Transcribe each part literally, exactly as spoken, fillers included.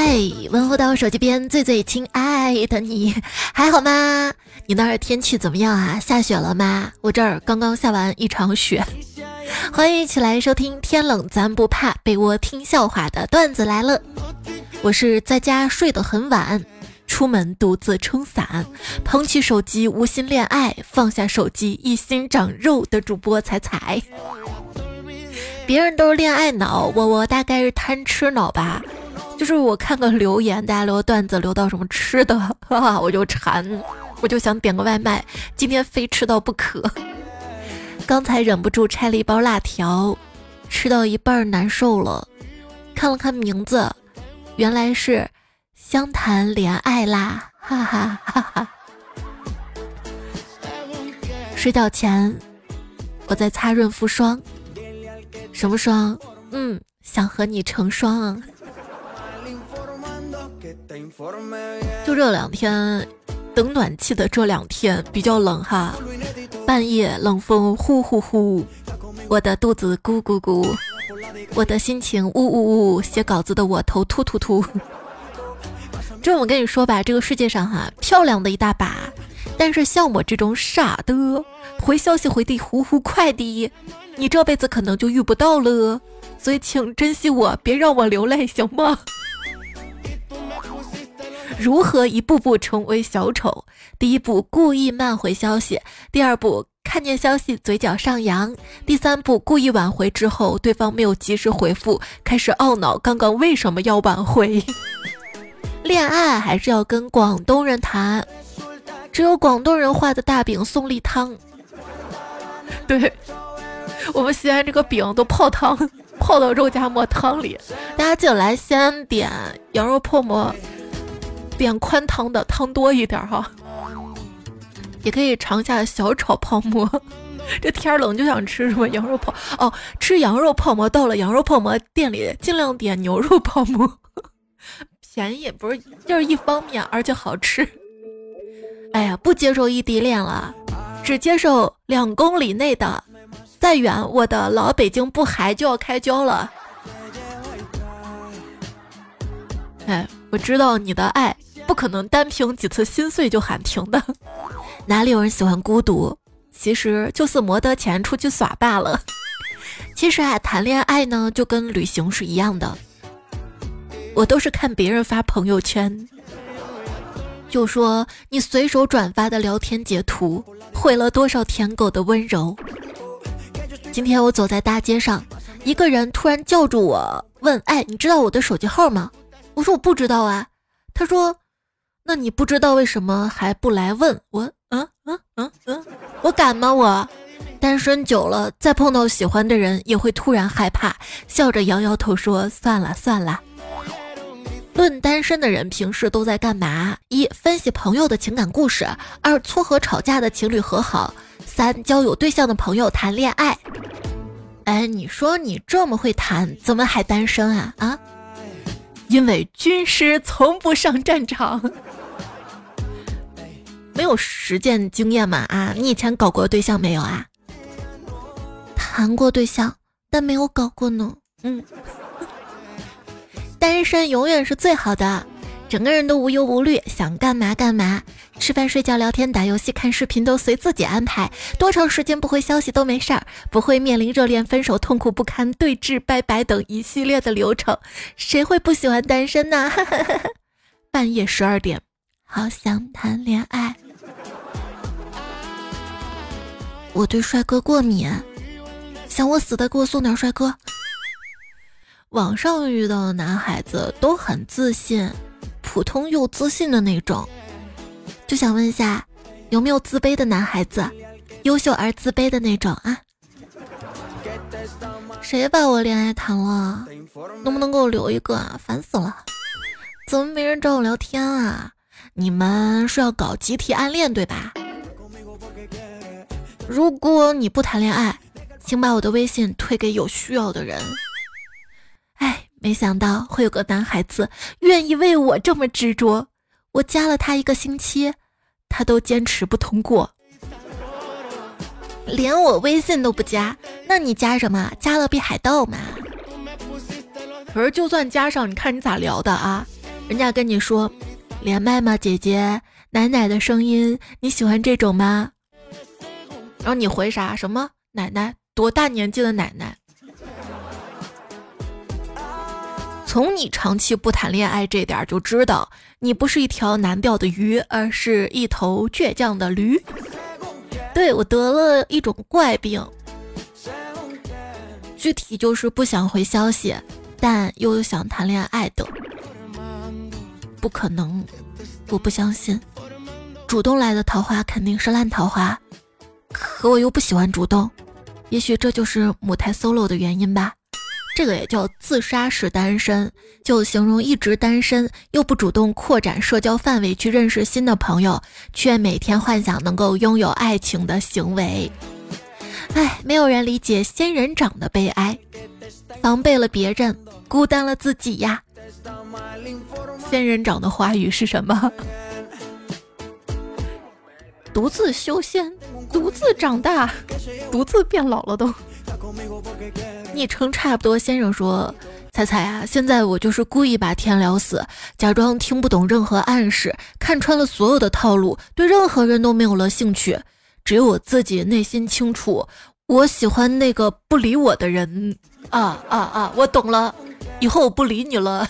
嗨，问候到手机边最最亲爱的你，还好吗？你那儿天气怎么样啊？下雪了吗？我这儿刚刚下完一场雪。欢迎一起来收听天冷咱不怕，被窝听笑话的段子来了。我是在家睡得很晚，出门独自撑伞，捧起手机无心恋爱，放下手机一心长肉的主播彩彩。别人都是恋爱脑，我我大概是贪吃脑吧。就是我看个留言，大家留段子留到什么吃的，哈哈，我就馋，我就想点个外卖，今天非吃到不可。刚才忍不住拆了一包辣条，吃到一半难受了，看了看名字，原来是湘潭恋爱啦，哈哈哈哈。睡觉前我在擦润肤霜，什么霜？嗯，想和你成双。就这两天等暖气的这两天比较冷哈，半夜冷风呼呼呼，我的肚子咕咕咕，我的心情呜呜呜，写稿子的我头突突突。这我跟你说吧，这个世界上哈，漂亮的一大把，但是像我这种傻的回消息回地呼呼快的，你这辈子可能就遇不到了，所以请珍惜我，别让我流泪行吗？如何一步步成为小丑？第一步，故意慢回消息；第二步，看见消息嘴角上扬；第三步，故意挽回之后对方没有及时回复，开始懊恼刚刚为什么要挽回。恋爱还是要跟广东人谈，只有广东人画的大饼送例汤。对，我们西安这个饼都泡汤，泡到肉夹馍汤里。大家记得来西安点羊肉泡馍，点宽汤的，汤多一点哈。也可以尝下小炒泡馍，这天冷就想吃什么羊肉泡哦，吃羊肉泡馍，到了羊肉泡馍店里尽量点牛肉泡馍，便宜不是就是一方面，而且好吃。哎呀，不接受异地恋了，只接受两公里内的，再远我的老北京不还就要开交了。哎，我知道你的爱不可能单凭几次心碎就喊停的，哪里有人喜欢孤独？其实就是没得钱出去耍罢了。其实啊，谈恋爱呢就跟旅行是一样的，我都是看别人发朋友圈，就说你随手转发的聊天截图毁了多少舔狗的温柔。今天我走在大街上，一个人突然叫住我问，哎，你知道我的手机号吗？我说我不知道啊。他说那你不知道为什么还不来问我？嗯嗯嗯嗯，我敢吗？我单身久了，再碰到喜欢的人也会突然害怕，笑着摇摇头说算了算了。论单身的人平时都在干嘛？一、分析朋友的情感故事；二、撮合吵架的情侣和好；三、交有对象的朋友谈恋爱。哎，你说你这么会谈，怎么还单身啊？啊？因为军师从不上战场。没有实践经验嘛？啊，你以前搞过对象没有啊？谈过对象，但没有搞过呢。嗯，单身永远是最好的，整个人都无忧无虑，想干嘛干嘛，吃饭睡觉聊天打游戏看视频都随自己安排，多长时间不回消息都没事儿，不会面临热恋分手痛苦不堪对峙拜拜等一系列的流程，谁会不喜欢单身呢？半夜十二点好想谈恋爱。我对帅哥过敏，想我死的给我送点帅哥。网上遇到的男孩子都很自信，普通又自信的那种，就想问一下，有没有自卑的男孩子，优秀而自卑的那种啊？谁把我恋爱谈了？能不能给我留一个啊？烦死了！怎么没人找我聊天啊？你们是要搞集体暗恋对吧？如果你不谈恋爱，请把我的微信推给有需要的人。哎，没想到会有个男孩子愿意为我这么执着，我加了他一个星期，他都坚持不通过，连我微信都不加，那你加什么？加勒比海盗嘛。可是就算加上，你看你咋聊的啊？ 人家跟你说连麦吗姐姐，奶奶的声音你喜欢这种吗？然后你回啥？什么奶奶？多大年纪的奶奶？从你长期不谈恋爱这点就知道，你不是一条难钓的鱼，而是一头倔强的驴。对，我得了一种怪病，具体就是不想回消息，但又想谈恋爱的。不可能，我不相信，主动来的桃花肯定是烂桃花，可我又不喜欢主动，也许这就是母胎 solo 的原因吧。这个也叫自杀式单身，就形容一直单身又不主动扩展社交范围去认识新的朋友，却每天幻想能够拥有爱情的行为。唉，没有人理解仙人掌的悲哀，防备了别人，孤单了自己呀。仙人掌的花语是什么？独自修仙，独自长大，独自变老了都。昵称差不多先生说，彩彩啊，现在我就是故意把天聊死，假装听不懂任何暗示，看穿了所有的套路，对任何人都没有了兴趣，只有我自己内心清楚，我喜欢那个不理我的人。啊啊啊，我懂了，以后我不理你了。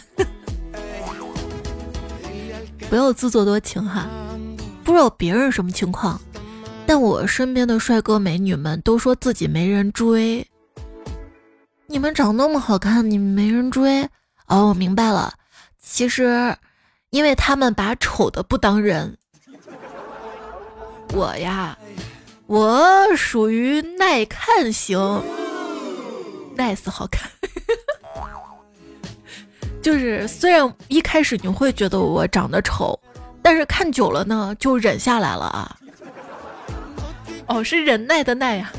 不要自作多情哈，不知道别人什么情况，但我身边的帅哥美女们都说自己没人追。你们长那么好看，你们没人追？哦，我明白了，其实因为他们把丑的不当人。我呀，我属于耐看型 nice 好看。就是虽然一开始你会觉得我长得丑，但是看久了呢就忍下来了啊。哦，是忍耐的耐呀。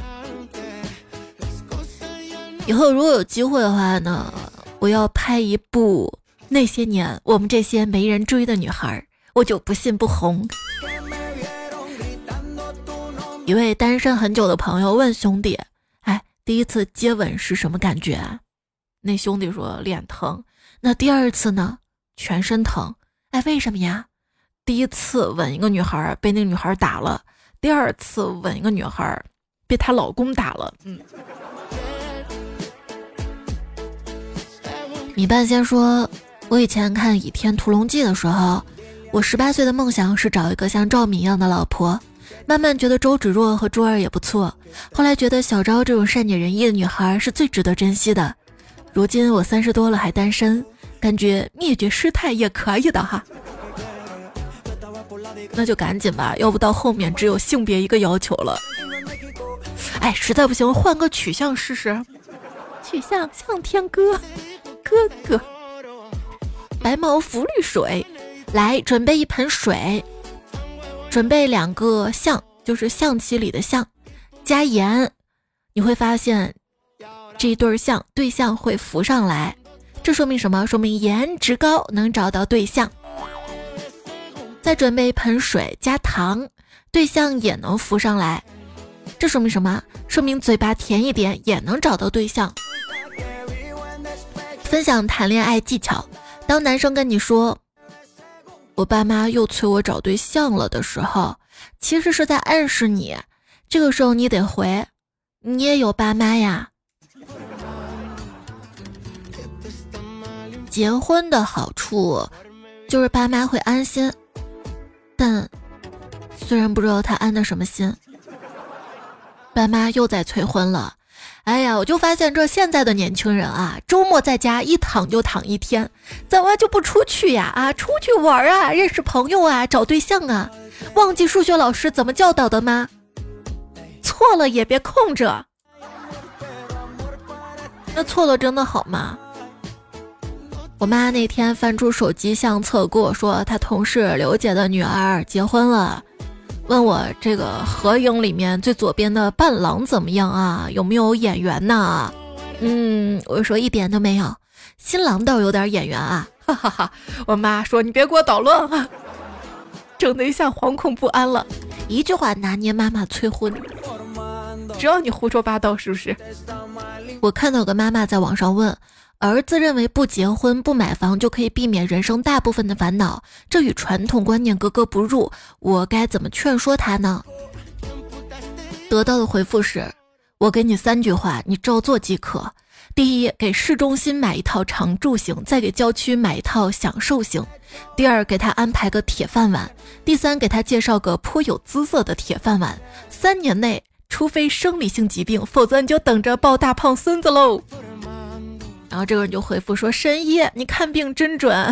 以后如果有机会的话呢，我要拍一部那些年我们这些没人追的女孩，我就不信不红。一位单身很久的朋友问兄弟，哎，第一次接吻是什么感觉啊？那兄弟说脸疼。那第二次呢？全身疼。哎，为什么呀？第一次吻一个女孩被那个女孩打了，第二次吻一个女孩被她老公打了。嗯。米半仙说，我以前看《倚天屠龙记》的时候，我十八岁的梦想是找一个像赵敏一样的老婆，慢慢觉得周芷若和珠儿也不错，后来觉得小昭这种善解人意的女孩是最值得珍惜的。如今我三十多了还单身，感觉灭绝师太也可以的哈。那就赶紧吧，要不到后面只有性别一个要求了。哎，实在不行换个取向试试。取向向天歌哥哥。白毛浮绿水，来准备一盆水，准备两个象，就是象棋里的象，加盐，你会发现这一对象对象会浮上来，这说明什么？说明颜值高，能找到对象。再准备一盆水加糖，对象也能浮上来，这说明什么？说明嘴巴甜一点也能找到对象。分享谈恋爱技巧，当男生跟你说我爸妈又催我找对象了的时候，其实是在暗示你，这个时候你得回，你也有爸妈呀。结婚的好处就是爸妈会安心，但虽然不知道他安的什么心。爸妈又在催婚了，哎呀，我就发现这现在的年轻人啊，周末在家一躺就躺一天，怎么就不出去呀？啊，出去玩啊，认识朋友啊，找对象啊，忘记数学老师怎么教导的吗？错了也别空着。那错了真的好吗？我妈那天翻出手机相册跟我说，她同事刘姐的女儿结婚了，问我这个合影里面最左边的伴郎怎么样啊？有没有眼缘呢？嗯，我说一点都没有，新郎倒有点眼缘啊，哈哈哈。我妈说你别给我捣乱啊，整得像惶恐不安了。一句话拿捏妈妈催婚，只要你胡说八道是不是？我看到有个妈妈在网上问， 儿子认为不结婚不买房就可以避免人生大部分的烦恼，这与传统观念格格不入，我该怎么劝说他呢？得到的回复是，我给你三句话，你照做即可。第一，给市中心买一套常住型，再给郊区买一套享受型。第二，给他安排个铁饭碗。第三，给他介绍个颇有姿色的铁饭碗。三年内除非生理性疾病，否则你就等着抱大胖孙子喽。然后这个人就回复说，神医你看病真准。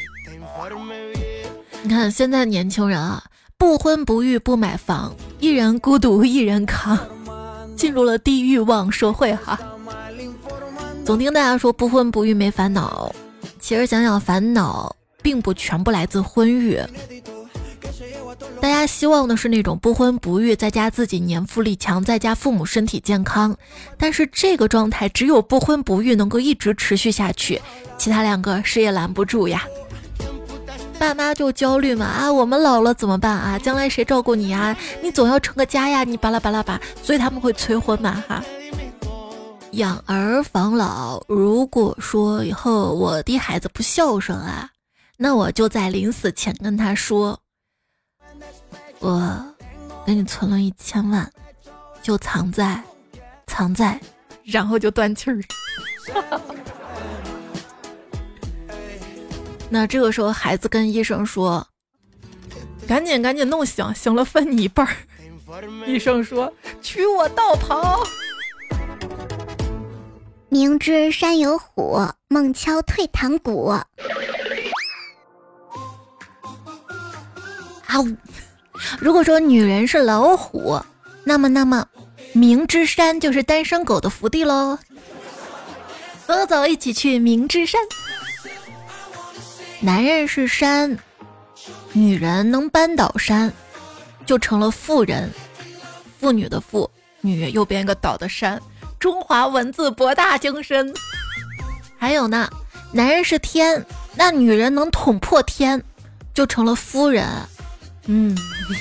你看现在年轻人啊，不婚不育不买房，一人孤独一人扛，进入了低欲望社会哈。总听大家说不婚不育没烦恼，其实想想烦恼并不全部来自婚育，大家希望的是那种不婚不育，在家自己年富力强，在家父母身体健康，但是这个状态只有不婚不育能够一直持续下去，其他两个谁也拦不住呀。爸妈就焦虑嘛，啊我们老了怎么办啊，将来谁照顾你啊，你总要成个家呀，你巴拉巴拉吧，所以他们会催婚嘛哈。养儿防老，如果说以后我的孩子不孝顺啊，那我就在临死前跟他说，我给你存了一千万，就藏在藏在然后就断气儿。那这个时候孩子跟医生说，赶紧赶紧弄醒，醒了分你一半儿。医生说，取我道袍。 明知山有虎，猛敲退堂鼓。啊， 如果说女人是老虎，那么那么明知山就是单身狗的福地喽。走走，一起去明知山。男人是山，女人能搬倒山，就成了妇人。妇女的妇，女右边一个倒的山。中华文字博大精深。还有呢，男人是天，那女人能捅破天，就成了夫人。嗯，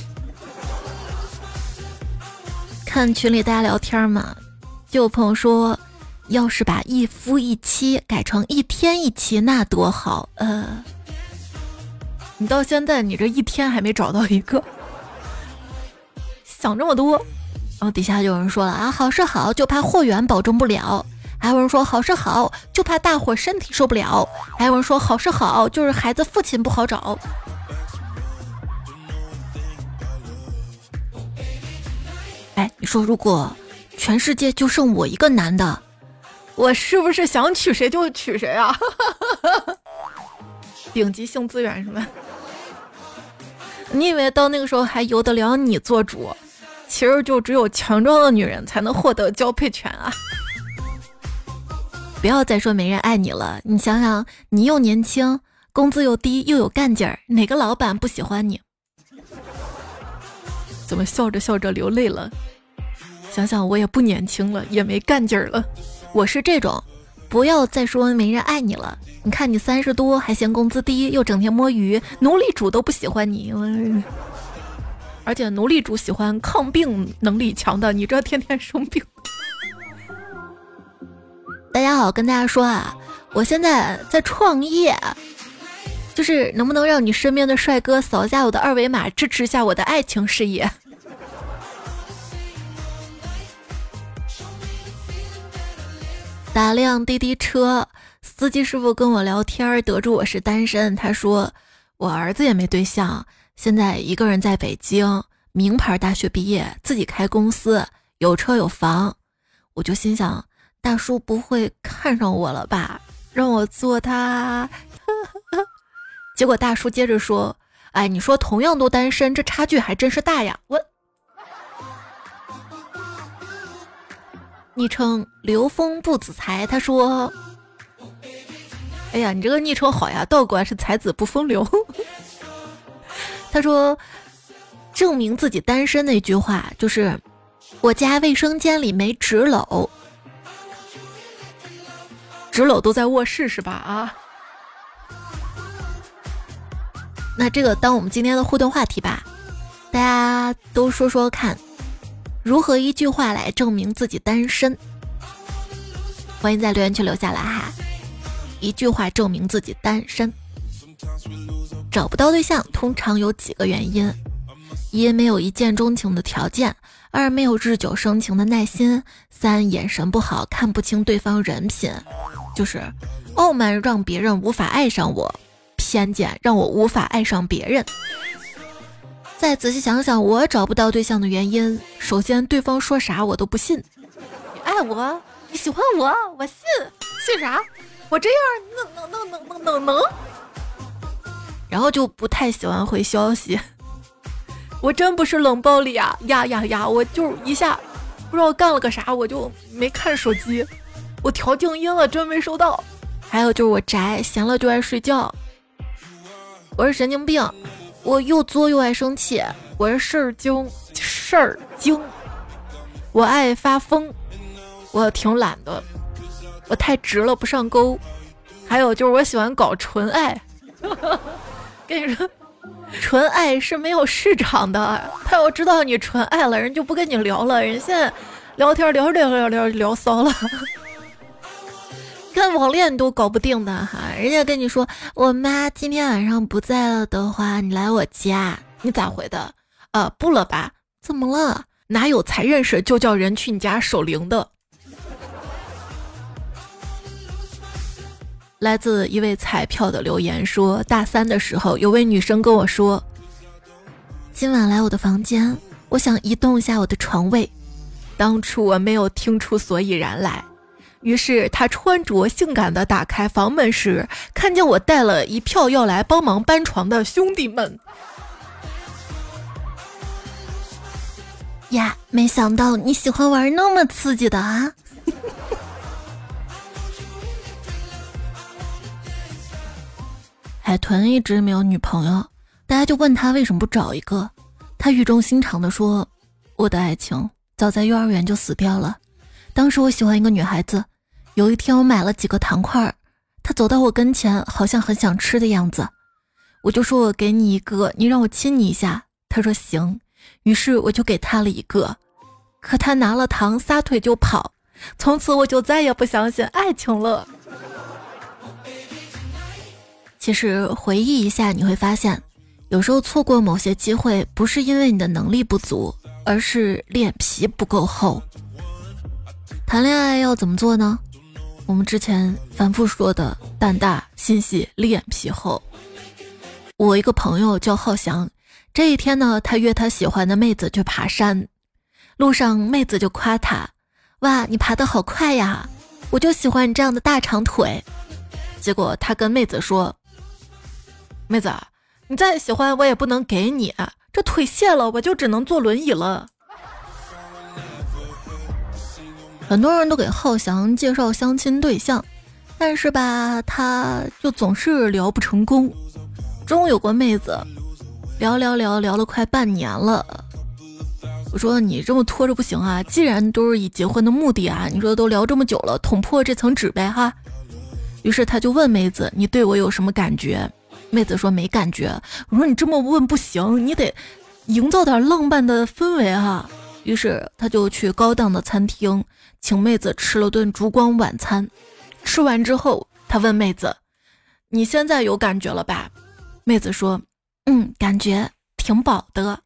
看群里大家聊天嘛，就有朋友说，要是把一夫一妻改成一天一妻，那多好。呃，你到现在你这一天还没找到一个，想这么多。然后底下就有人说了啊，好是好，就怕货源保证不了。还有人说好是好，就怕大伙身体受不了。还有人说好是好，就是孩子父亲不好找。哎，你说如果全世界就剩我一个男的，我是不是想娶谁就娶谁啊？顶级性资源是吧？你以为到那个时候还由得了你做主？其实就只有强壮的女人才能获得交配权啊！不要再说没人爱你了，你想想，你又年轻，工资又低，又有干劲儿，哪个老板不喜欢你？怎么笑着笑着流泪了？想想我也不年轻了，也没干劲儿了。我是这种，不要再说没人爱你了。你看你三十多还嫌工资低，又整天摸鱼，奴隶主都不喜欢你。而且奴隶主喜欢抗病能力强的，你这天天生病。大家好，跟大家说啊，我现在在创业，就是能不能让你身边的帅哥扫一下我的二维码，支持一下我的爱情事业。打辆滴滴车，司机师傅跟我聊天，得知我是单身，他说我儿子也没对象，现在一个人在北京，名牌大学毕业，自己开公司，有车有房。我就心想，大叔不会看上我了吧，让我做他。结果大叔接着说，哎，你说同样都单身，这差距还真是大呀。我昵称刘峰不子才，他说，哎呀，你这个昵称好呀，倒过来是才子不风流。他说，证明自己单身的一句话就是，我家卫生间里没纸篓，纸篓都在卧室是吧？啊，那这个当我们今天的互动话题吧，大家都说说看，如何一句话来证明自己单身？欢迎在留言区留下来哈。 一句话证明自己单身。找不到对象通常有几个原因：一、没有一见钟情的条件；二、没有日久生情的耐心；三、眼神不好，看不清对方人品。就是傲慢让别人无法爱上我，偏见让我无法爱上别人。再仔细想想我找不到对象的原因，首先对方说啥我都不信。你爱我，你喜欢我，我信信啥？我这样能能能能能能能？然后就不太喜欢回消息。我真不是冷暴力啊呀呀呀！我就一下不知道干了个啥，我就没看手机，我调静音了，真没收到。还有就是我宅，闲了就爱睡觉。我是神经病，我又作又爱生气，我是事儿精事儿精，我爱发疯，我挺懒的，我太直了不上钩。还有就是我喜欢搞纯爱。跟你说，纯爱是没有市场的，他要知道你纯爱了，人就不跟你聊了，人现在聊天聊聊聊聊聊骚了。看网恋都搞不定的哈，人家跟你说我妈今天晚上不在了的话，你来我家，你咋回的？呃，不了吧？怎么了？哪有才认识就叫人去你家守灵的？来自一位彩票的留言说，大三的时候有位女生跟我说，今晚来我的房间，我想移动一下我的床位。当初我没有听出所以然来，于是她穿着性感的打开房门时，看见我带了一票要来帮忙搬床的兄弟们。呀，没想到你喜欢玩那么刺激的啊！海豚一直没有女朋友，大家就问他为什么不找一个，他语重心长地说，我的爱情早在幼儿园就死掉了。当时我喜欢一个女孩子，有一天我买了几个糖块，她走到我跟前，好像很想吃的样子，我就说我给你一个，你让我亲你一下。她说行，于是我就给她了一个，可她拿了糖撒腿就跑，从此我就再也不相信爱情了。其实回忆一下，你会发现有时候错过某些机会不是因为你的能力不足，而是脸皮不够厚。谈恋爱要怎么做呢？我们之前反复说的胆大心细脸皮厚。我一个朋友叫浩翔，这一天呢，他约他喜欢的妹子去爬山，路上妹子就夸他，哇，你爬得好快呀，我就喜欢你这样的大长腿。结果他跟妹子说，妹子，你再喜欢我也不能给你，这腿卸了我就只能坐轮椅了。很多人都给浩翔介绍相亲对象，但是吧，他就总是聊不成功。终有个妹子聊聊聊聊了快半年了，我说你这么拖着不行啊，既然都是以结婚的目的啊，你说都聊这么久了，捅破这层纸呗哈。于是他就问妹子，你对我有什么感觉？妹子说没感觉。我说你这么问不行，你得营造点浪漫的氛围啊。于是他就去高档的餐厅请妹子吃了顿烛光晚餐。吃完之后他问妹子，你现在有感觉了吧？妹子说，嗯，感觉挺饱的。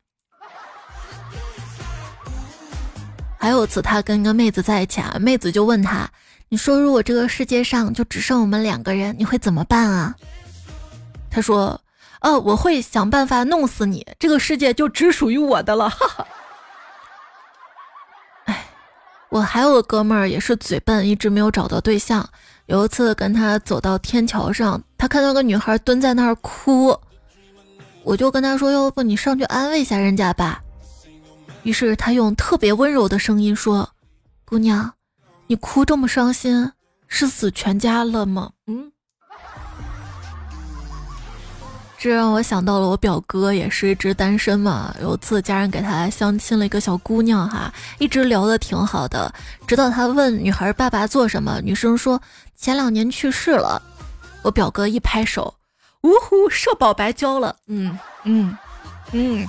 还有次他跟一个妹子在一起啊，妹子就问他，你说如果这个世界上就只剩我们两个人，你会怎么办啊？他说，哦，我会想办法弄死你，这个世界就只属于我的了，哈哈。哎，我还有个哥们儿也是嘴笨，一直没有找到对象。有一次跟他走到天桥上，他看到个女孩蹲在那儿哭，我就跟他说，要不你上去安慰一下人家吧。于是他用特别温柔的声音说，姑娘，你哭这么伤心，是死全家了吗？嗯，这让我想到了我表哥也是一直单身嘛，有次家人给他相亲了一个小姑娘哈，一直聊得挺好的，直到他问女孩爸爸做什么，女生说前两年去世了。我表哥一拍手，呜呼，社保白交了。嗯嗯嗯。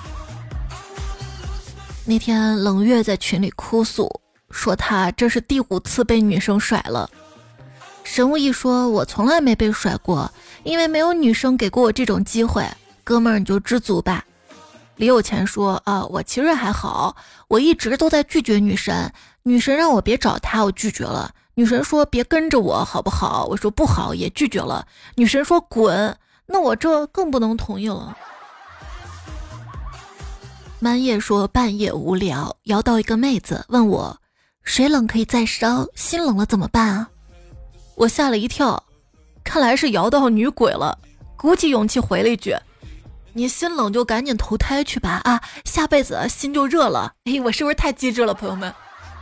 那天冷月在群里哭诉，说他这是第五次被女生甩了。 神武一说，我从来没被甩过，因为没有女生给过我这种机会。哥们儿，你就知足吧。李有钱说啊，我其实还好，我一直都在拒绝女神，女神让我别找她，我拒绝了。女神说别跟着我好不好，我说不好，也拒绝了。女神说滚，那我这更不能同意了。满夜说半夜无聊，摇到一个妹子问我，水冷可以再烧，心冷了怎么办啊？我吓了一跳，看来是摇到女鬼了，鼓起勇气回了一句，你心冷就赶紧投胎去吧，啊，下辈子心就热了。哎，我是不是太机智了，朋友们？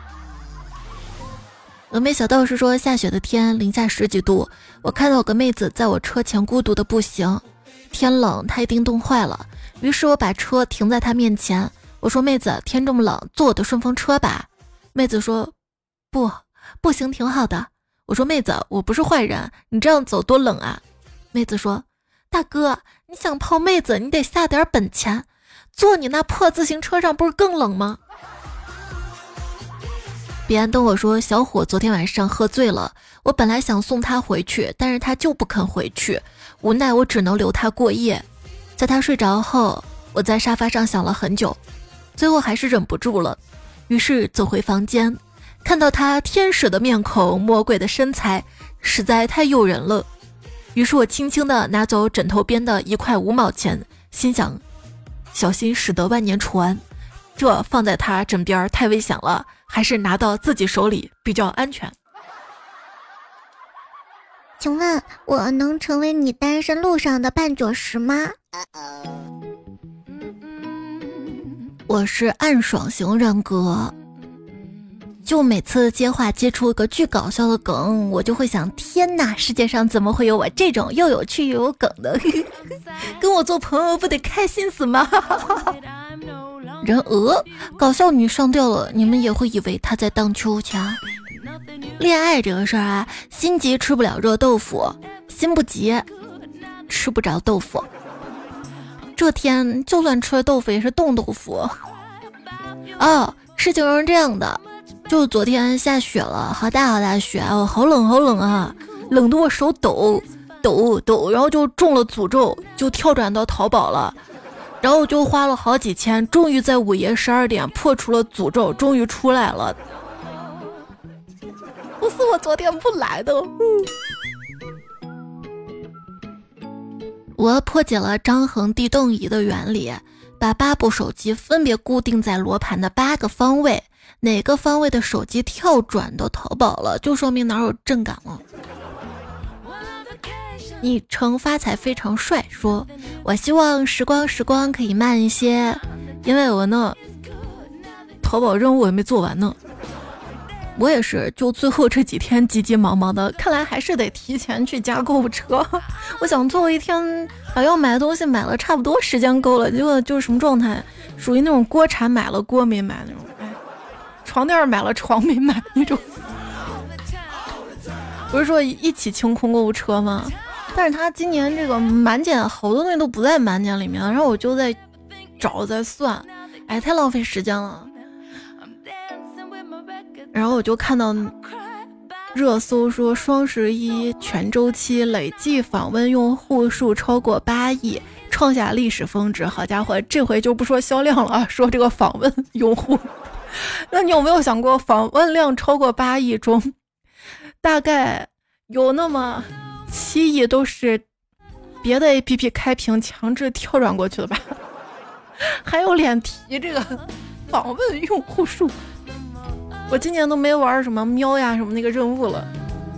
峨眉小道士说，下雪的天，零下十几度，我看到有个妹子在我车前孤独的不行，天冷她一定冻坏了，于是我把车停在她面前，我说妹子，天这么冷，坐我的顺风车吧。妹子说不不行，挺好的。我说妹子，我不是坏人，你这样走多冷啊。妹子说，大哥，你想泡妹子，你得下点本钱，坐你那破自行车上不是更冷吗？彼岸灯我说，小伙昨天晚上喝醉了，我本来想送他回去，但是他就不肯回去，无奈我只能留他过夜。在他睡着后，我在沙发上想了很久，最后还是忍不住了，于是走回房间，看到他天使的面孔，魔鬼的身材，实在太诱人了。于是我轻轻地拿走枕头边的一块五毛钱，心想小心驶得万年船，这放在他枕边太危险了，还是拿到自己手里比较安全。 请问我能成为你单身路上的绊脚石吗？ 我是暗爽型人格，就每次接话接出一个巨搞笑的梗，我就会想，天哪，世界上怎么会有我这种又有趣又有梗的跟我做朋友不得开心死吗人鹅搞笑女上吊了，你们也会以为她在荡秋千。恋爱这个事儿啊，心急吃不了热豆腐，心不急吃不着豆腐，这天就算吃了豆腐也是冻豆腐。哦，事情是这样的，就昨天下雪了，好大好大雪，哦，好冷好冷啊，冷得我手抖抖抖，然后就中了诅咒，就跳转到淘宝了，然后就花了好几千，终于在午夜十二点破除了诅咒，终于出来了。不是我昨天不来的。我破解了张衡地动仪的原理，把八部手机分别固定在罗盘的八个方位，哪个方位的手机跳转都淘宝了，就说明哪有震感了。昵称发财非常帅说，我希望时光时光可以慢一些，因为我呢淘宝任务也没做完呢。我也是，就最后这几天急急忙忙的，看来还是得提前去加购物车。我想最后一天把要买的东西买了，差不多时间够了，结果就是什么状态，属于那种锅铲买了锅没买那种，哎，床垫买了床没买那种。不是说一起清空购物车吗？但是他今年这个满减好多东西都不在满减里面，然后我就在找在算，哎，太浪费时间了。然后我就看到热搜说双十一全周期累计访问用户数超过八亿，创下历史峰值。好家伙，这回就不说销量了啊，说这个访问用户。那你有没有想过，访问量超过八亿中，大概有那么七亿都是别的 A P P 开屏强制跳转过去了吧？还有脸提这个访问用户数？我今年都没玩什么喵呀什么那个任务了，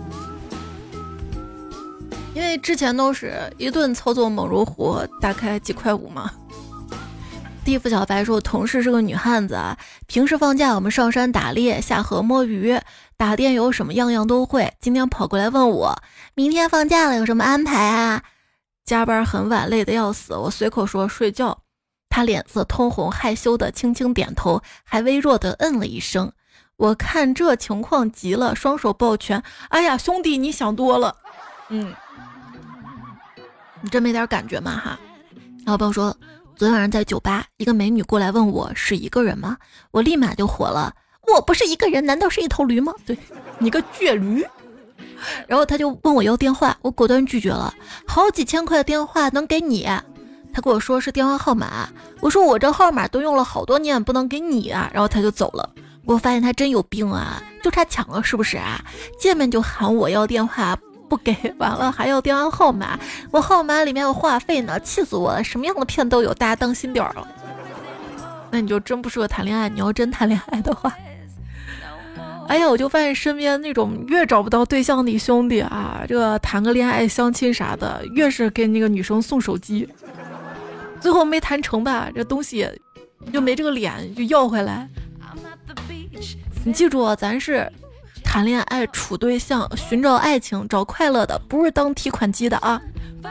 因为之前都是一顿操作猛如虎，打开几块五嘛。地府小白说，同事是个女汉子啊，平时放假我们上山打猎，下河摸鱼，打电游什么样样都会。今天跑过来问我，明天放假了有什么安排啊？加班很晚，累得要死，我随口说睡觉。他脸色通红，害羞的轻轻点头，还微弱的嗯了一声。我看这情况急了，双手抱拳，哎呀兄弟你想多了。嗯，你真没点感觉吗哈？老朋友说，昨天晚上在酒吧，一个美女过来问我是一个人吗？我立马就火了，我不是一个人，难道是一头驴吗？对，你个倔驴。 然后他就问我要电话，我果断拒绝了。好几千块的电话能给你？他跟我说是电话号码，我说我这号码都用了好多年，不能给你啊。然后他就走了。我发现他真有病啊，就差抢了是不是啊？见面就喊我要电话不给，完了还要电话号码，我号码里面有话费呢，气死我了！什么样的骗都有，大家当心点儿了。那你就真不适合谈恋爱，你要真谈恋爱的话。哎呀，我就发现身边那种越找不到对象的兄弟啊，这个谈个恋爱相亲啥的，越是给那个女生送手机，最后没谈成吧，这东西就没这个脸就要回来。你记住，咱是谈恋爱处对象，寻找爱情找快乐的，不是当提款机的啊。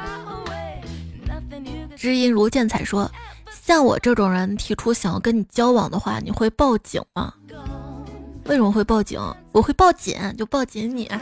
知音如见彩说，像我这种人提出想要跟你交往的话，你会报警吗？为什么会报警？我会报警，就报警你。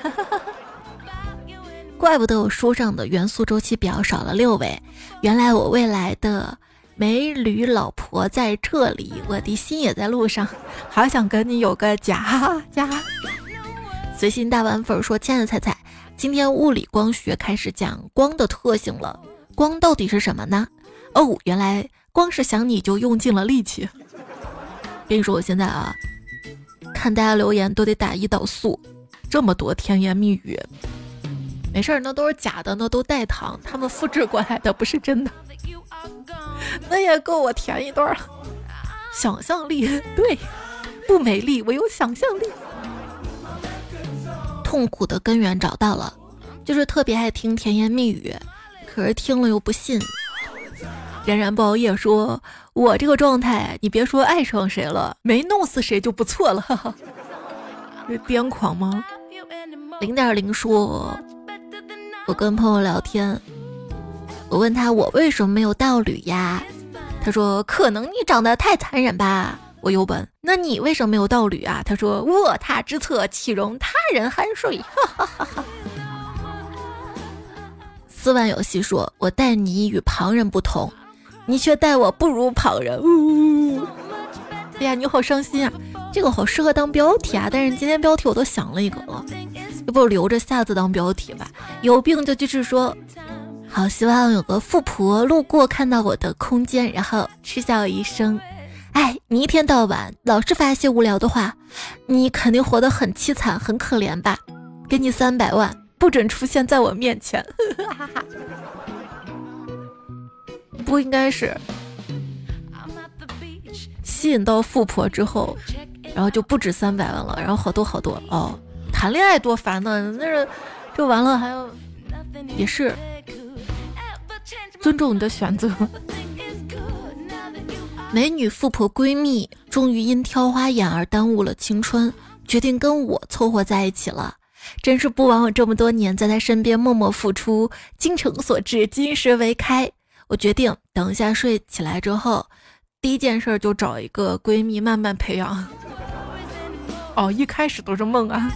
怪不得我书上的元素周期表少了六位，原来我未来的美女老婆在这里，我的心也在路上，好想跟你有个家家。随心大碗粉说，亲爱的彩彩，今天物理光学开始讲光的特性了，光到底是什么呢？哦，原来光是想你就用尽了力气。跟你说，我现在啊看大家留言都得打胰岛素，这么多甜言蜜语，没事儿，那都是假的，那都代糖，他们复制过来的，不是真的。那也够我甜一段了。想象力，对，不美丽，我有想象力。痛苦的根源找到了，就是特别爱听甜言蜜语，可是听了又不信。冉冉不熬夜说，我这个状态，你别说爱上谁了，没弄死谁就不错了。哈哈，是癫狂吗？零点零说，我跟朋友聊天，我问他我为什么没有道侣呀？他说可能你长得太残忍吧。我有本，那你为什么没有道侣啊？他说卧榻之侧岂容他人酣睡。哈哈哈哈。四万游戏说，我待你与旁人不同，你却待我不如旁人。呜、哎呀，你好伤心啊！这个好适合当标题啊，但是今天标题我都想了一个了，要不留着下次当标题吧。有病就继续说。好希望有个富婆路过看到我的空间，然后嗤笑一声，哎，你一天到晚老是发一些无聊的话，你肯定活得很凄惨很可怜吧，给你三百万，不准出现在我面前。不应该是吸引到富婆之后，然后就不止三百万了，然后好多好多哦。谈恋爱多烦呢，那是就完了还要也是尊重你的选择。美女富婆闺蜜终于因挑花眼而耽误了青春，决定跟我凑合在一起了。真是不枉我这么多年在她身边默默付出，精诚所至，金石为开。我决定等一下睡起来之后，第一件事就找一个闺蜜慢慢培养。哦，一开始都是梦啊。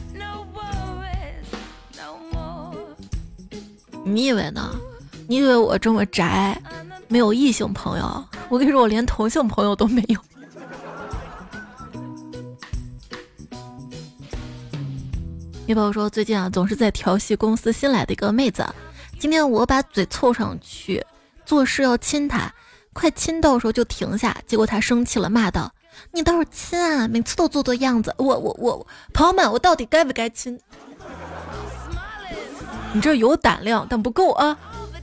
你以为呢？你以为我这么宅，没有异性朋友？我跟你说，我连同性朋友都没有。你宝说最近啊，总是在调戏公司新来的一个妹子。今天我把嘴凑上去，做事要亲她，快亲到时候就停下，结果她生气了，骂道：“你倒是亲啊，每次都做做样子。我我我，朋友们，我到底该不该亲？你这有胆量，但不够啊。”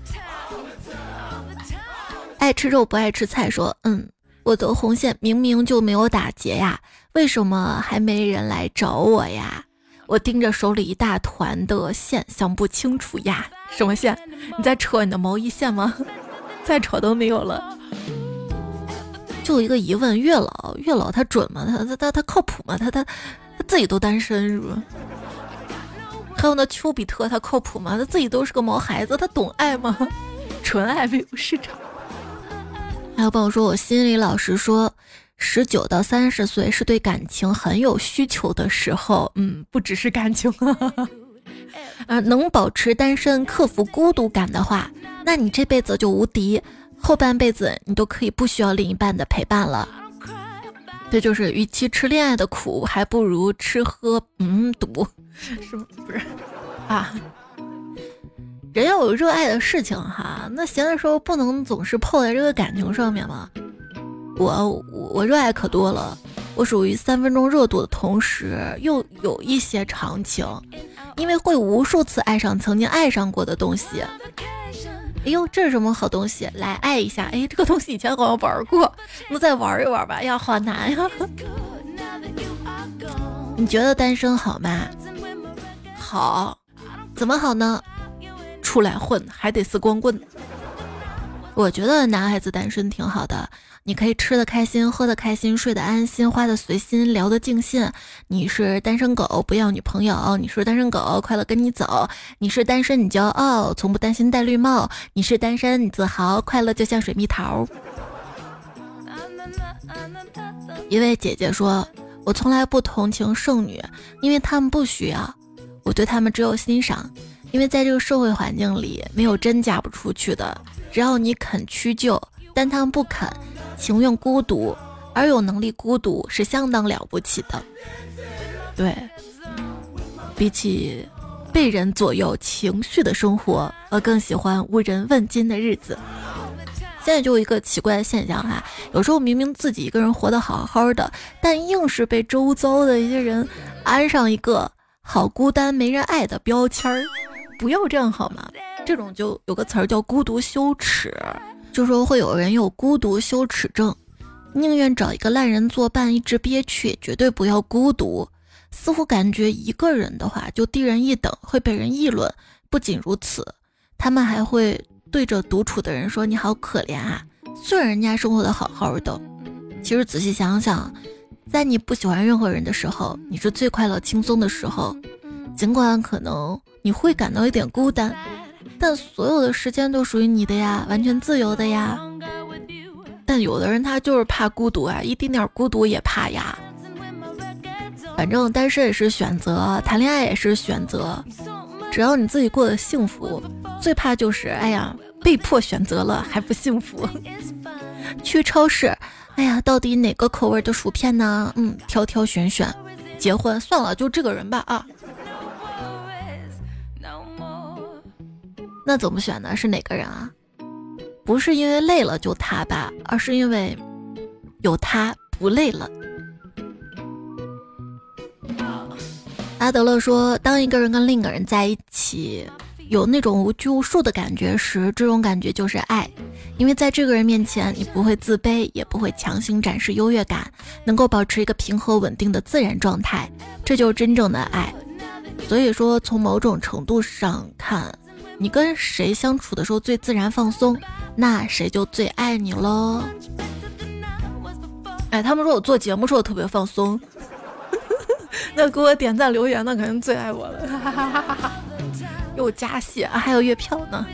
爱吃肉不爱吃菜说，嗯，我的红线明明就没有打结呀，为什么还没人来找我呀？我盯着手里一大团的线，想不清楚呀。什么线？你在扯你的毛衣线吗？再扯都没有了。就一个疑问，月老月老他准吗？他他他他靠谱吗？他他他自己都单身是吧？还有那丘比特他靠谱吗？他自己都是个毛孩子，他懂爱吗？纯爱没有市场。还有朋友说，我心里老实说，十九到三十岁是对感情很有需求的时候，嗯，不只是感情。啊，能保持单身，克服孤独感的话，那你这辈子就无敌，后半辈子你都可以不需要另一半的陪伴了。这就是与其吃恋爱的苦，还不如吃喝嗯赌，是吗？不是。 啊。人要有热爱的事情哈，那闲的时候不能总是泡在这个感情上面嘛。我我我热爱可多了，我属于三分钟热度的同时又有一些长情，因为会无数次爱上曾经爱上过的东西。哎呦，这是什么好东西？来爱一下。哎，这个东西以前好像玩过，那再玩一玩吧。哎呀，好难呀。你觉得单身好吗？好，怎么好呢？出来混还得是光棍。我觉得男孩子单身挺好的，你可以吃得开心，喝得开心，睡得安心，花得随心，聊得尽兴。你是单身狗，不要女朋友；你是单身狗，快乐跟你走；你是单身，你骄傲，从不担心戴绿帽；你是单身，你自豪，快乐就像水蜜桃。一位姐姐说，我从来不同情剩女，因为她们不需要，我对她们只有欣赏。因为在这个社会环境里，没有真嫁不出去的，只要你肯屈就，但他们不肯，情愿孤独，而有能力孤独是相当了不起的。对，比起被人左右情绪的生活，我更喜欢无人问津的日子。现在就有一个奇怪的现象哈，有时候明明自己一个人活得好好的，但硬是被周遭的一些人安上一个好孤单没人爱的标签儿。不要这样好吗？这种就有个词儿叫孤独羞耻，就说会有人有孤独羞耻症，宁愿找一个烂人作伴一直憋屈，绝对不要孤独。似乎感觉一个人的话就低人一等，会被人议论。不仅如此，他们还会对着独处的人说你好可怜啊，虽然人家生活的好好的。其实仔细想想，在你不喜欢任何人的时候，你是最快乐轻松的时候。尽管可能你会感到一点孤单，但所有的时间都属于你的呀，完全自由的呀。但有的人他就是怕孤独啊，一丁点孤独也怕呀。反正单身也是选择，谈恋爱也是选择，只要你自己过得幸福。最怕就是哎呀被迫选择了还不幸福。去超市，哎呀到底哪个口味的薯片呢？嗯，挑挑选选。结婚算了，就这个人吧啊。那怎么选呢？是哪个人啊？不是因为累了就他吧，而是因为有他不累了。阿德勒说，当一个人跟另一个人在一起，有那种无拘无束的感觉时，这种感觉就是爱。因为在这个人面前，你不会自卑，也不会强行展示优越感，能够保持一个平和稳定的自然状态，这就是真正的爱。所以说，从某种程度上看，你跟谁相处的时候最自然放松，那谁就最爱你咯。哎，他们说我做节目说我特别放松，那给我点赞留言那肯定最爱我了。又加戏，还有月票呢。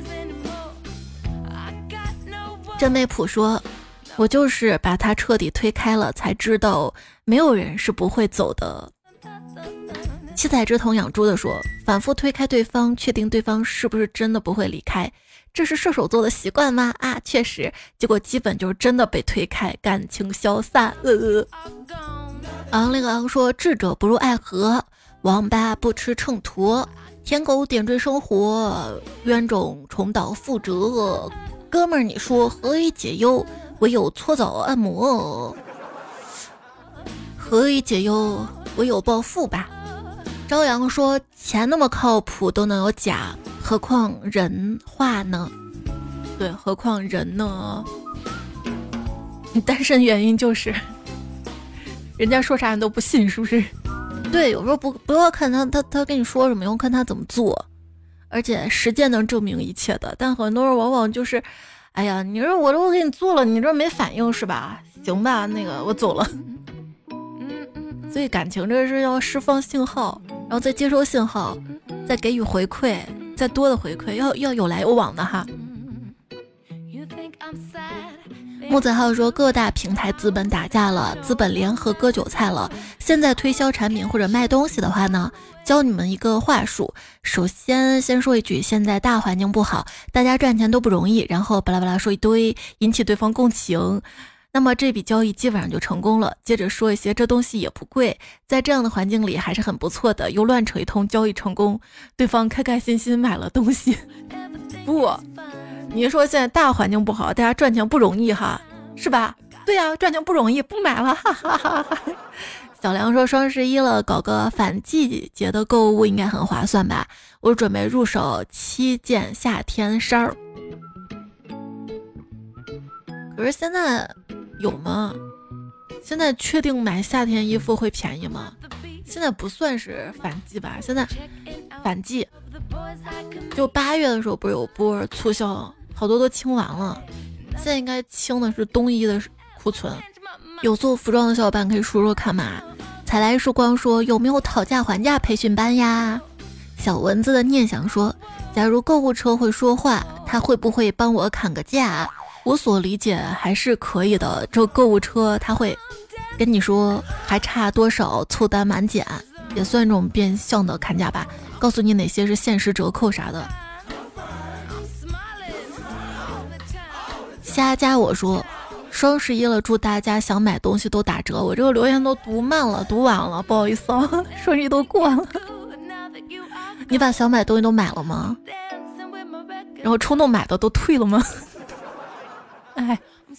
真美普说，我就是把他彻底推开了，才知道没有人是不会走的。七彩之瞳养猪的说，反复推开对方，确定对方是不是真的不会离开，这是射手座的习惯吗？啊，确实，结果基本就是真的被推开，感情消散。呃，昂那个昂说，智者不入爱河，王八不吃秤砣，舔狗点缀生活，冤种重蹈覆辙。哥们儿，你说何以解忧？唯有搓澡按摩。何以解忧？唯有暴富吧。朝阳说，钱那么靠谱都能有假，何况人话呢？对，何况人呢？你单身原因就是人家说啥你都不信，是不是？对，有时候不不要看他他他跟你说什么，要看他怎么做，而且实践能证明一切的。但很多人往往就是，哎呀，你说我都给你做了，你这没反应是吧？行吧，那个我走了。所以感情这是要释放信号，然后再接收信号，再给予回馈，再多的回馈，要要有来有往的哈。木子浩说，各大平台资本打架了，资本联合割韭菜了。现在推销产品或者卖东西的话呢，教你们一个话术。首先先说一句，现在大环境不好，大家赚钱都不容易，然后巴拉巴拉说一堆，引起对方共情。 那么这笔交易基本上就成功了。接着说一些这东西也不贵，在这样的环境里还是很不错的，又乱扯一通，交易成功，对方开开心心买了东西。不，你说现在大环境不好，大家赚钱不容易哈，是吧？对呀、啊，赚钱不容易，不买了，哈哈哈哈。小梁说双十一了，搞个反季节的购物应该很划算吧？我准备入手七件夏天衫儿。可是现在有吗？现在确定买夏天衣服会便宜吗？现在不算是反季吧？现在反季就八月的时候不是有波促销，好多都清完了，现在应该清的是冬衣的库存。有做服装的小伙伴可以说说看嘛。采来曙光说有没有讨价还价培训班呀？小蚊子的念想说，假如购物车会说话，它会不会帮我砍个价？我所理解还是可以的，这购物车它会跟你说还差多少，凑单满减，也算一种变相的砍价吧，告诉你哪些是限时折扣啥的。瞎加我说双十一了，祝大家想买东西都打折。我这个留言都读慢了，读晚了，不好意思啊，双十一都过了。你把想买东西都买了吗？然后冲动买的都退了吗？哎，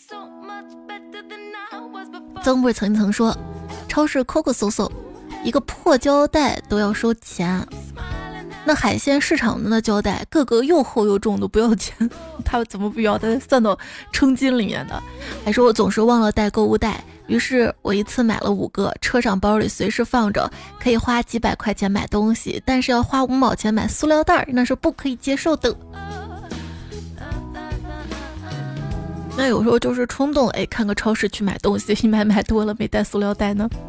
曾不是曾经曾说，超市抠抠搜搜，一个破胶带都要收钱。那海鲜市场的那胶带，个个又厚又重，都不要钱，他怎么不要？他算到称斤里面的。还说我总是忘了带购物袋，于是我一次买了五个，车上包里随时放着，可以花几百块钱买东西，但是要花五毛钱买塑料袋，那是不可以接受的。那有时候就是冲动，哎，看个超市去买东西，一买买多了没带塑料袋呢，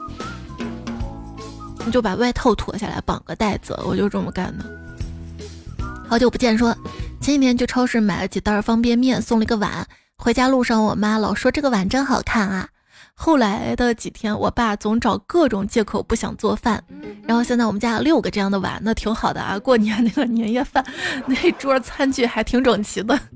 你就把外套脱下来绑个袋子，我就这么干的。好久不见说，前几天去超市买了几袋方便面，送了一个碗，回家路上我妈老说这个碗真好看啊。后来的几天我爸总找各种借口不想做饭，然后现在我们家有六个这样的碗，那挺好的啊，过年那个年夜饭那桌餐具还挺整齐的。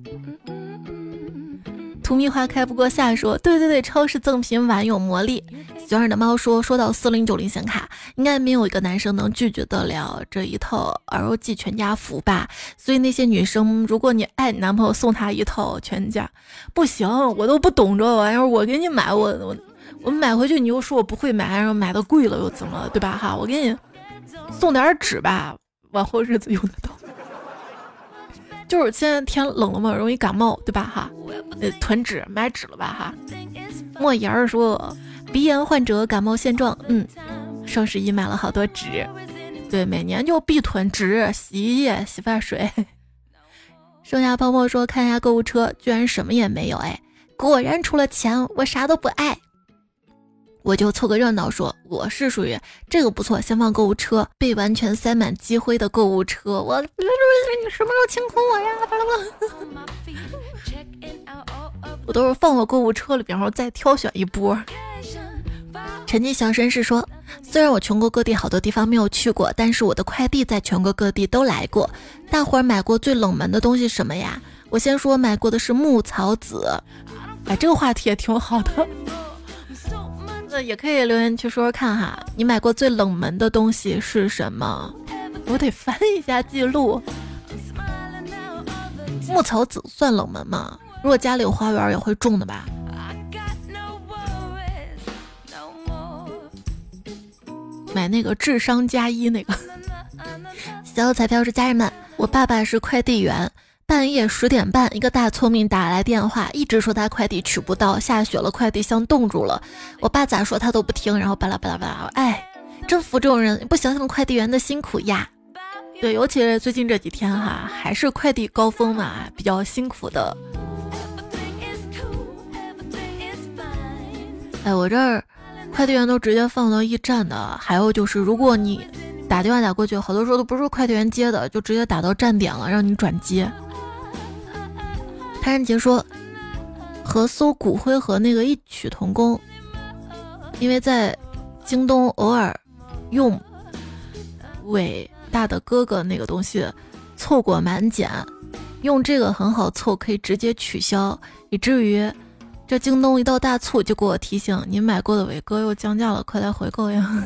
荼蘼花开不过夏说，对对对，超市赠品碗有魔力。喜欢的猫说，说到四零九零显卡，应该没有一个男生能拒绝得了这一套 L G 全家福吧？所以那些女生，如果你爱你男朋友，送他一套全家，不行，我都不懂这玩意儿，我给你买，我我我买回去你又说我不会买，然后买的贵了又怎么了，对吧？哈，我给你送点纸吧，往后日子用得到。就是现在天冷了嘛，容易感冒，对吧？哈，呃，囤纸买纸了吧？哈，莫言儿说鼻炎患者感冒现状，嗯，双十一买了好多纸，对，每年就必囤纸、洗衣液、洗发水。剩下泡沫说看一下购物车，居然什么也没有，哎，果然除了钱，我啥都不爱。我就凑个热闹说，我是属于这个不错，先放购物车，被完全塞满积灰的购物车。我你什么时候清空我呀？巴拉巴拉，我都是放到购物车里边，然后再挑选一波。沉寂小绅士说，虽然我全国各地好多地方没有去过，但是我的快递在全国各地都来过。大伙儿买过最冷门的东西什么呀？我先说买过的是牧草籽。哎，这个话题也挺好的。那也可以留言去说说看哈，你买过最冷门的东西是什么？我得翻一下记录。牧草籽算冷门吗？如果家里有花园也会种的吧？买那个智商加一那个。小彩票是家人们，我爸爸是快递员。半夜十点半，一个大聪明打来电话，一直说他快递取不到，下雪了，快递箱冻住了。我爸咋说他都不听，然后巴拉巴拉巴拉，哎，真服这种人，不想想快递员的辛苦呀。对，尤其是最近这几天哈，还是快递高峰嘛，比较辛苦的。哎，我这儿快递员都直接放到驿站的，还有就是如果你打电话打过去，好多时候都不是快递员接的，就直接打到站点了，让你转接。潘仁杰说，和搜骨灰盒那个异曲同工，因为在京东偶尔用伟大的哥哥那个东西凑过满减，用这个很好凑，可以直接取消，以至于这京东一到大促就给我提醒，您买过的伟哥又降价了，快来回购呀。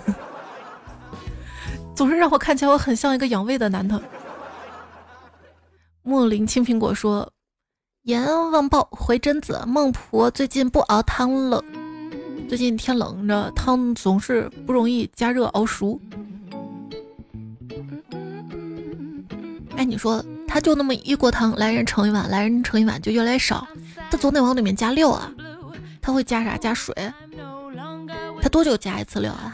总是让我看起来我很像一个养胃的男的。木林青苹果说，阎王报回贞子，孟婆最近不熬汤了，最近天冷着，汤总是不容易加热熬熟。哎，你说他就那么一锅汤，来人盛一碗，来人盛一碗就越来越少，他总得往里面加料啊。他会加啥？加水？他多久加一次料啊？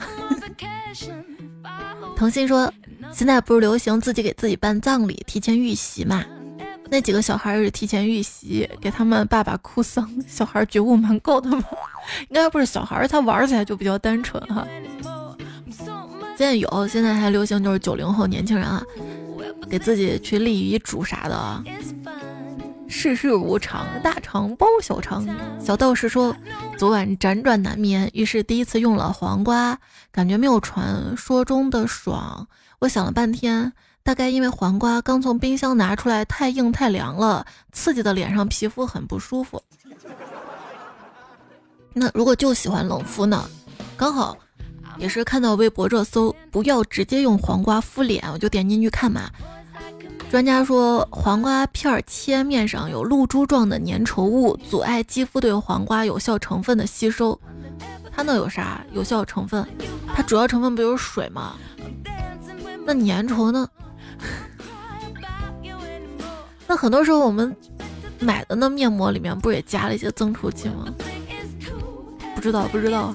腾讯说，现在不是流行自己给自己办葬礼，提前预习嘛？那几个小孩是提前预习，给他们爸爸哭丧，小孩觉悟蛮高的嘛。应该不是小孩，他玩起来就比较单纯哈。现在有，现在还流行就是九零后年轻人啊，给自己去立遗嘱啥的啊。世事无常，大肠包小肠。小道士说，昨晚辗转难眠，于是第一次用了黄瓜，感觉没有传说中的爽。我想了半天，大概因为黄瓜刚从冰箱拿出来，太硬太凉了，刺激的脸上皮肤很不舒服。那如果就喜欢冷敷呢？刚好也是看到微博热搜，不要直接用黄瓜敷脸，我就点进去看嘛。专家说，黄瓜片切面上有露珠状的粘稠物，阻碍肌肤对黄瓜有效成分的吸收。它能有啥有效成分？它主要成分不就是水吗？那粘稠呢？那很多时候我们买的那面膜里面不是也加了一些增稠剂吗？不知道不知道。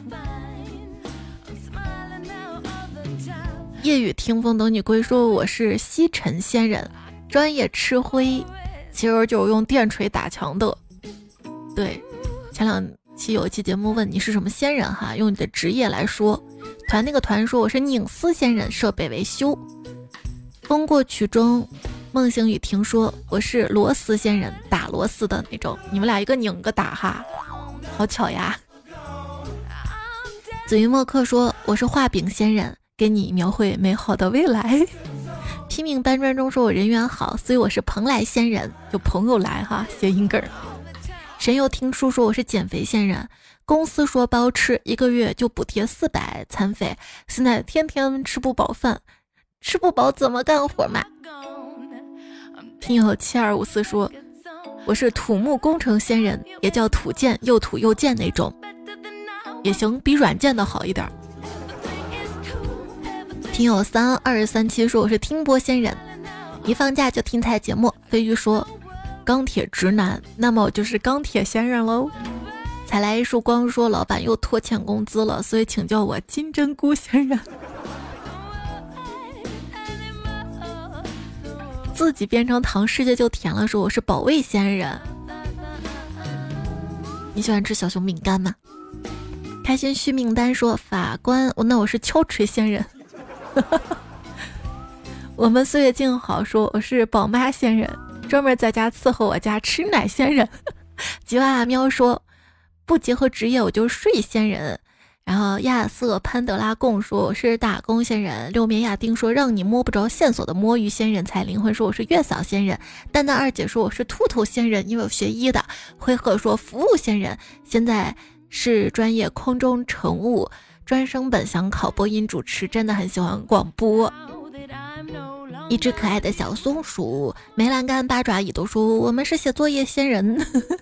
夜雨听风等你归说，我是西尘仙人，专业吃灰，其实就是用电锤打墙的。对，前两期有一期节目问你是什么仙人哈，用你的职业来说。团那个团说我是拧丝仙人，设备维修。风过曲中，梦醒雨听说我是螺丝仙人，打螺丝的那种。你们俩一个拧个打哈，好巧呀。紫云墨客说我是画饼仙人，给你描绘美好的未来。拼命搬砖中说我人缘好，所以我是蓬莱仙人，有朋友来哈，谐音梗儿。神游听书说我是减肥仙人，公司说包吃，一个月就补贴四百餐费，现在天天吃不饱饭，吃不饱怎么干活嘛？听友七二五四说我是土木工程仙人，也叫土建，又土又建那种，也行，比软件的好一点。听友三二三七说我是听播仙人，一放假就听菜节目。飞鱼说钢铁直男，那么我就是钢铁仙人喽。才来一束光说老板又拖欠工资了，所以请叫我金针菇仙人。自己变成糖世界就甜了说我是保卫仙人。你喜欢吃小熊饼干吗？开心续命单说法官，那我是敲锤仙人。我们岁月静好说我是宝妈仙人，专门在家伺候我家吃奶仙人。吉娃娃喵说不结合职业我就睡仙人。然后亚瑟潘德拉贡说我是打工仙人。六面亚丁说让你摸不着线索的摸鱼仙人。彩灵魂说我是月嫂仙人。蛋蛋二姐说我是秃头仙人，因为我学医的。灰鹤说服务仙人，现在是专业空中乘务，专升本想考播音主持，真的很喜欢广播。一只可爱的小松鼠梅兰干八爪椅都说我们是写作业仙人。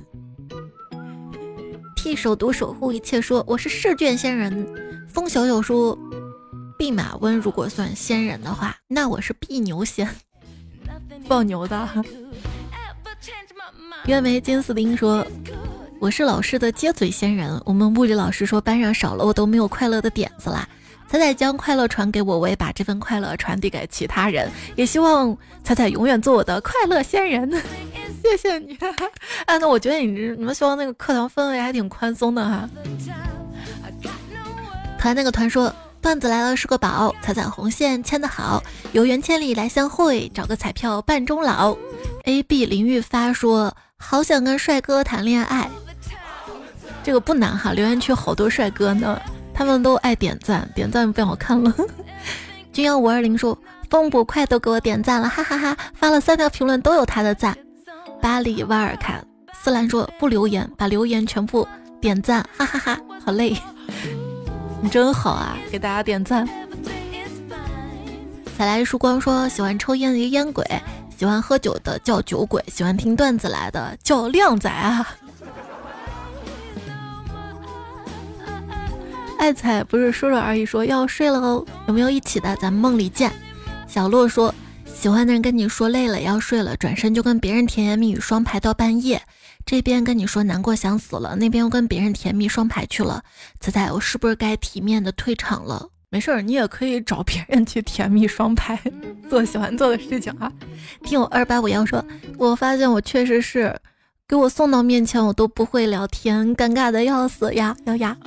替首都守护一切说我是试卷仙人。风小友说弼马温如果算仙人的话，那我是碧牛仙，放牛的。月眉金丝钉说我是老师的接嘴仙人，我们物理老师说班上少了我都没有快乐的点子啦。彩彩将快乐传给我，我也把这份快乐传递给其他人，也希望彩彩永远做我的快乐仙人。谢谢你。哎，那我觉得你你们学校那个课堂氛围还挺宽松的哈。团那个团说段子来了是个宝，彩彩红线牵得好，有缘千里来相会，找个彩票伴终老。A B 林玉发说好想跟帅哥谈恋爱，这个不难哈，留言区好多帅哥呢，他们都爱点赞，点赞变好看了。君幺五二零说风不快都给我点赞了，哈哈哈哈，发了三条评论都有他的赞。巴里瓦尔卡斯兰说不留言，把留言全部点赞，哈哈哈，好累。你真好啊，给大家点赞。采来曙光说，喜欢抽烟的一个烟鬼，喜欢喝酒的叫酒鬼，喜欢听段子来的叫靓仔啊。爱彩不是说说而已，说要睡了哦，有没有一起的？咱们梦里见。小洛说，喜欢的人跟你说累了要睡了，转身就跟别人甜言蜜语双排到半夜，这边跟你说难过想死了，那边又跟别人甜蜜双排去了。彩彩，我是不是该体面的退场了？没事儿，你也可以找别人去甜蜜双排，做喜欢做的事情啊。听我二八五幺说，我发现我确实是，给我送到面前我都不会聊天，尴尬的要死呀呀呀。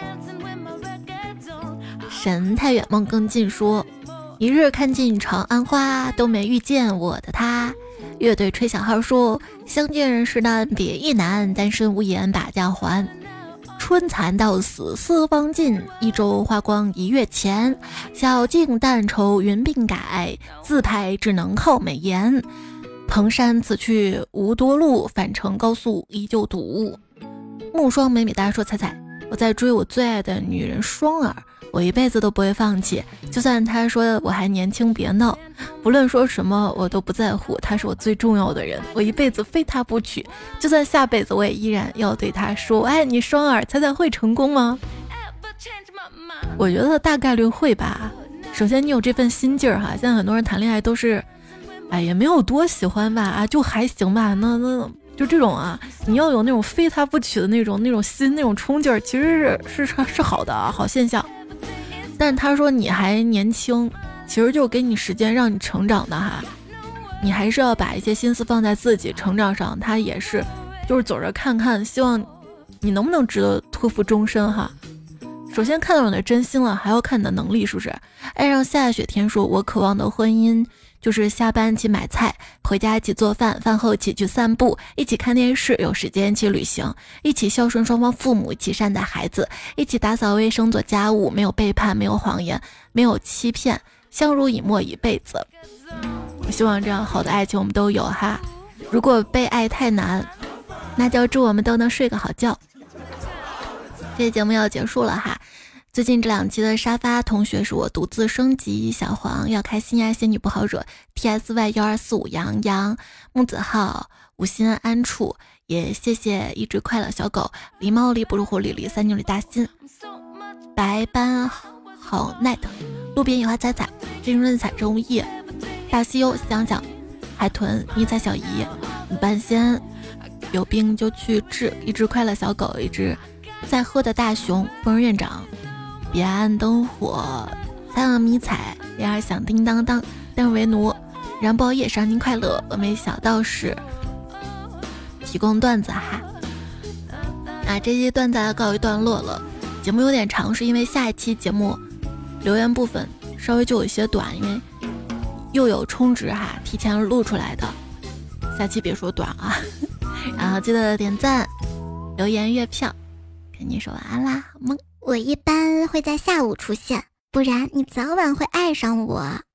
神太远梦更近说，一日看尽长安花，都没遇见我的他。乐队吹小号说，相见人时难，别亦难，单身无言把家还。春蚕到死丝方尽，一周花光一月前。小径但愁云鬓改，自拍只能靠美颜。蓬山此去无多路，返程高速依旧堵。木霜美美大说，彩彩，我在追我最爱的女人双儿，我一辈子都不会放弃，就算他说我还年轻别闹，不论说什么我都不在乎，他是我最重要的人，我一辈子非他不娶，就算下辈子我也依然要对他说我爱你双儿。彩彩会成功吗？我觉得大概率会吧。首先你有这份心劲儿哈，现在很多人谈恋爱都是哎也没有多喜欢吧，啊就还行吧，那那就这种啊，你要有那种非他不娶的那种那种心那种冲劲儿，其实是是是好的啊，好现象。但是他说你还年轻，其实就给你时间让你成长的哈，你还是要把一些心思放在自己成长上，他也是就是走着看看，希望你能不能值得托付终身哈。首先看到你的真心了，还要看你的能力是不是。爱上下雪天说，我渴望的婚姻就是下班一起买菜，回家一起做饭，饭后一起去散步，一起看电视，有时间一起旅行，一起孝顺双方父母，一起善待孩子，一起打扫卫生做家务，没有背叛，没有谎言，没有欺骗，相濡以沫一辈子。我希望这样好的爱情我们都有哈。如果被爱太难，那就祝我们都能睡个好觉。这节目要结束了哈。最近这两期的沙发同学是我独自升级，小黄要开心呀，仙女不好惹 T S Y 一二四五杨洋木子浩无心安处，也谢谢一只快乐小狗狸猫狸不如火里里三牛里大心白斑好 night 路边野花彩彩真润彩中叶大西优想想海豚迷彩小姨半仙有病就去治，一只快乐小狗，一只在喝的大熊，疯人院长彼岸灯火，彩阳迷彩，铃儿响叮当当，但为奴，燃爆夜上您快乐，峨眉小道士提供段子哈。啊，这期段子告一段落了，节目有点长，是因为下一期节目留言部分稍微就有一些短，因为又有充值哈，提前录出来的，下期别说短啊。然后记得点赞、留言、月票，跟你说晚安啦，好梦。 我一般会在下午出现，不然你早晚会爱上我。